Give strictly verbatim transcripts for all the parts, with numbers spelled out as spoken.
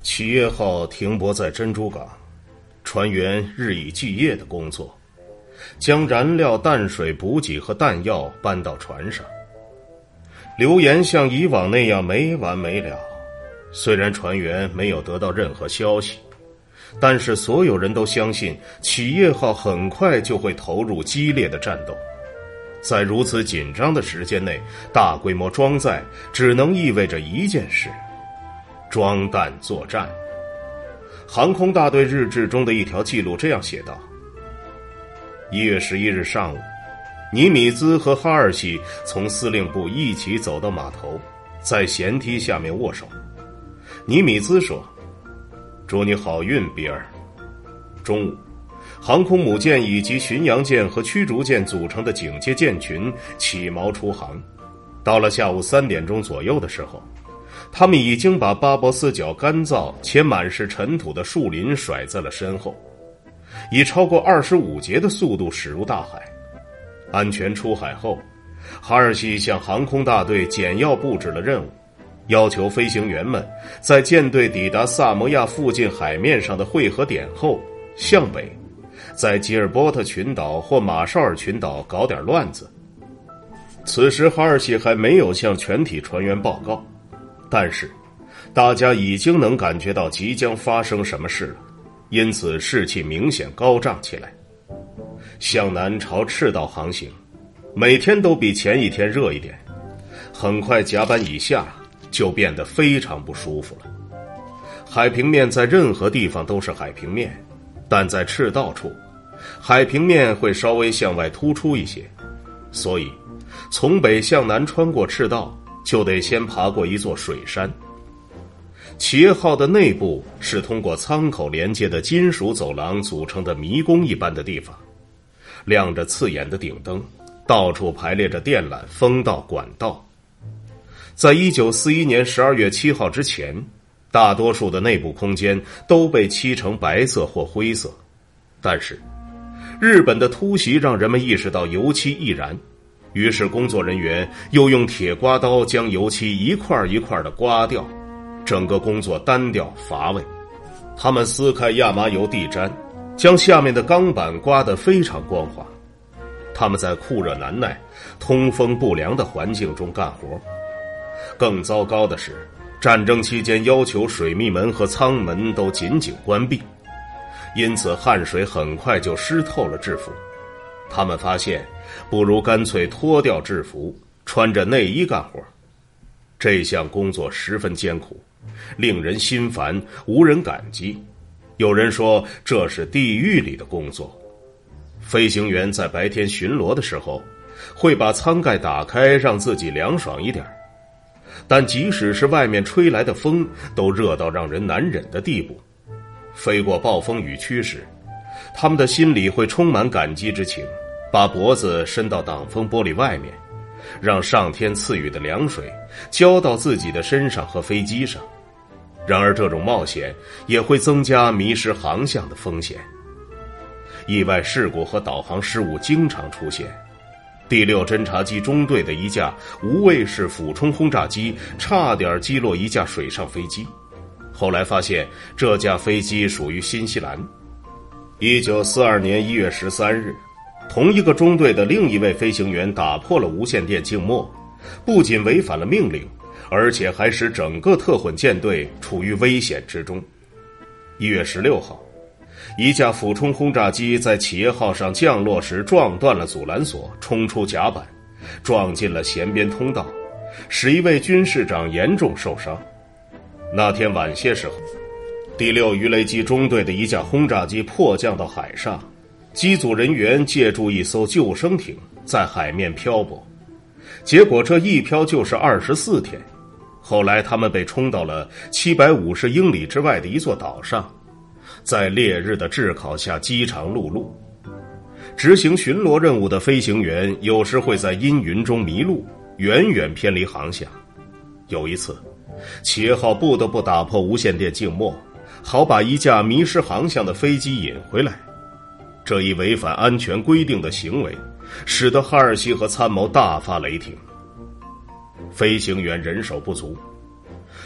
企业号停泊在珍珠港，船员日以继夜的工作，将燃料、淡水、补给和弹药搬到船上。流言像以往那样没完没了，虽然船员没有得到任何消息，但是所有人都相信企业号很快就会投入激烈的战斗。在如此紧张的时间内，大规模装载只能意味着一件事：装弹作战。航空大队日志中的一条记录这样写道：一月十一日上午，尼米兹和哈尔西从司令部一起走到码头，在舷梯下面握手。尼米兹说：祝你好运，比尔。中午，航空母舰以及巡洋舰和驱逐舰组成的警戒舰群起锚出航。到了下午三点钟左右的时候，他们已经把巴博斯角干燥且满是尘土的树林甩在了身后，以超过二十五节的速度驶入大海。安全出海后，哈尔西向航空大队简要布置了任务，要求飞行员们在舰队抵达萨摩亚附近海面上的汇合点后，向北在吉尔波特群岛或马绍尔群岛搞点乱子。此时哈尔西还没有向全体船员报告，但是大家已经能感觉到即将发生什么事了，因此士气明显高涨起来。向南朝赤道航行，每天都比前一天热一点，很快甲板以下就变得非常不舒服了。海平面在任何地方都是海平面，但在赤道处，海平面会稍微向外突出一些，所以从北向南穿过赤道就得先爬过一座水山。企业号的内部是通过舱口连接的金属走廊组成的迷宫一般的地方，亮着刺眼的顶灯，到处排列着电缆、风道、管道。在一九四一年十二月七号之前，大多数的内部空间都被漆成白色或灰色，但是日本的突袭让人们意识到油漆易燃，于是工作人员又用铁刮刀将油漆一块一块地刮掉，整个工作单调乏味。他们撕开亚麻油地毡，将下面的钢板刮得非常光滑。他们在酷热难耐、通风不良的环境中干活。更糟糕的是，战争期间要求水密门和舱门都紧紧关闭，因此汗水很快就湿透了制服。他们发现不如干脆脱掉制服，穿着内衣干活。这项工作十分艰苦，令人心烦，无人感激。有人说这是地狱里的工作。飞行员在白天巡逻的时候，会把舱盖打开，让自己凉爽一点，但即使是外面吹来的风都热到让人难忍的地步。飞过暴风雨区时，他们的心里会充满感激之情，把脖子伸到挡风玻璃外面，让上天赐予的凉水浇到自己的身上和飞机上。然而这种冒险也会增加迷失航向的风险。意外事故和导航失误经常出现。第六侦察机中队的一架无畏式俯冲轰炸机差点击落一架水上飞机，后来发现这架飞机属于新西兰。一九四二年一月十三日，同一个中队的另一位飞行员打破了无线电静默，不仅违反了命令，而且还使整个特混舰队处于危险之中。一月十六号，一架俯冲轰炸机在企业号上降落时撞断了阻拦索，冲出甲板，撞进了舷边通道，使一位军士长严重受伤。那天晚些时候，第六鱼雷机中队的一架轰炸机迫降到海上，机组人员借助一艘救生艇在海面漂泊，结果这一漂就是二十四天。后来他们被冲到了七百五十英里之外的一座岛上，在烈日的炙烤下饥肠辘辘。执行巡逻任务的飞行员有时会在阴云中迷路，远远偏离航向。有一次，企业号不得不打破无线电静默，好把一架迷失航向的飞机引回来。这一违反安全规定的行为使得哈尔西和参谋大发雷霆。飞行员人手不足，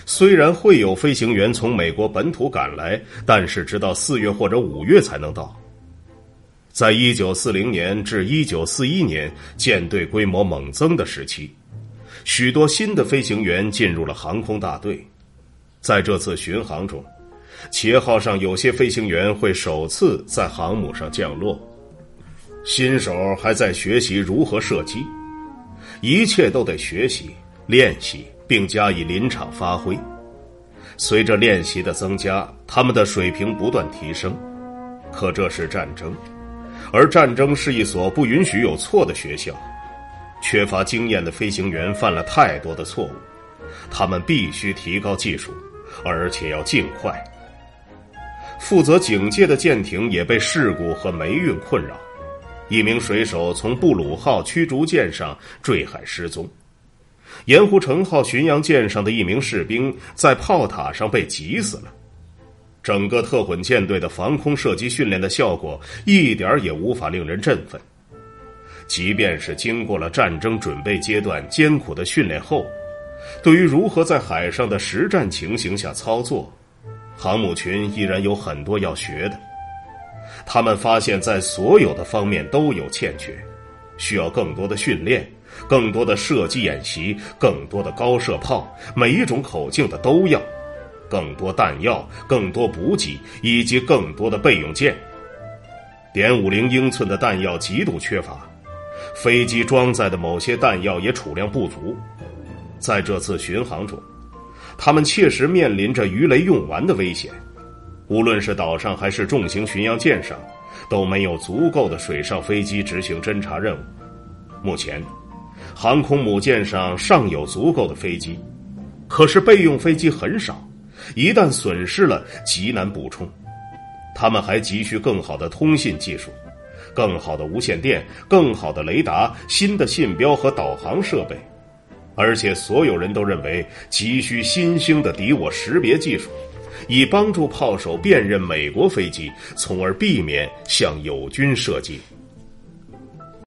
虽然会有飞行员从美国本土赶来，但是直到四月或者五月才能到。在一九四零年至一九四一年舰队规模猛增的时期，许多新的飞行员进入了航空大队。在这次巡航中，企业号上有些飞行员会首次在航母上降落，新手还在学习如何射击，一切都得学习、练习并加以临场发挥。随着练习的增加，他们的水平不断提升。可这是战争，而战争是一所不允许有错的学校。缺乏经验的飞行员犯了太多的错误，他们必须提高技术，而且要尽快。负责警戒的舰艇也被事故和霉运困扰，一名水手从布鲁号驱逐舰上坠海失踪，盐湖城号巡洋舰上的一名士兵在炮塔上被挤死了。整个特混舰队的防空射击训练的效果一点也无法令人振奋。即便是经过了战争准备阶段艰苦的训练后，对于如何在海上的实战情形下操作，航母群依然有很多要学的。他们发现在所有的方面都有欠缺，需要更多的训练，更多的射击演习，更多的高射炮，每一种口径的都要，更多弹药，更多补给，以及更多的备用舰。点五零英寸的弹药极度缺乏，飞机装载的某些弹药也储量不足。在这次巡航中，他们切实面临着鱼雷用完的危险。无论是岛上还是重型巡洋舰上，都没有足够的水上飞机执行侦察任务。目前，航空母舰上尚有足够的飞机，可是备用飞机很少，一旦损失了，极难补充。他们还急需更好的通信技术，更好的无线电，更好的雷达，新的信标和导航设备。而且所有人都认为急需新兴的敌我识别技术，以帮助炮手辨认美国飞机，从而避免向友军射击。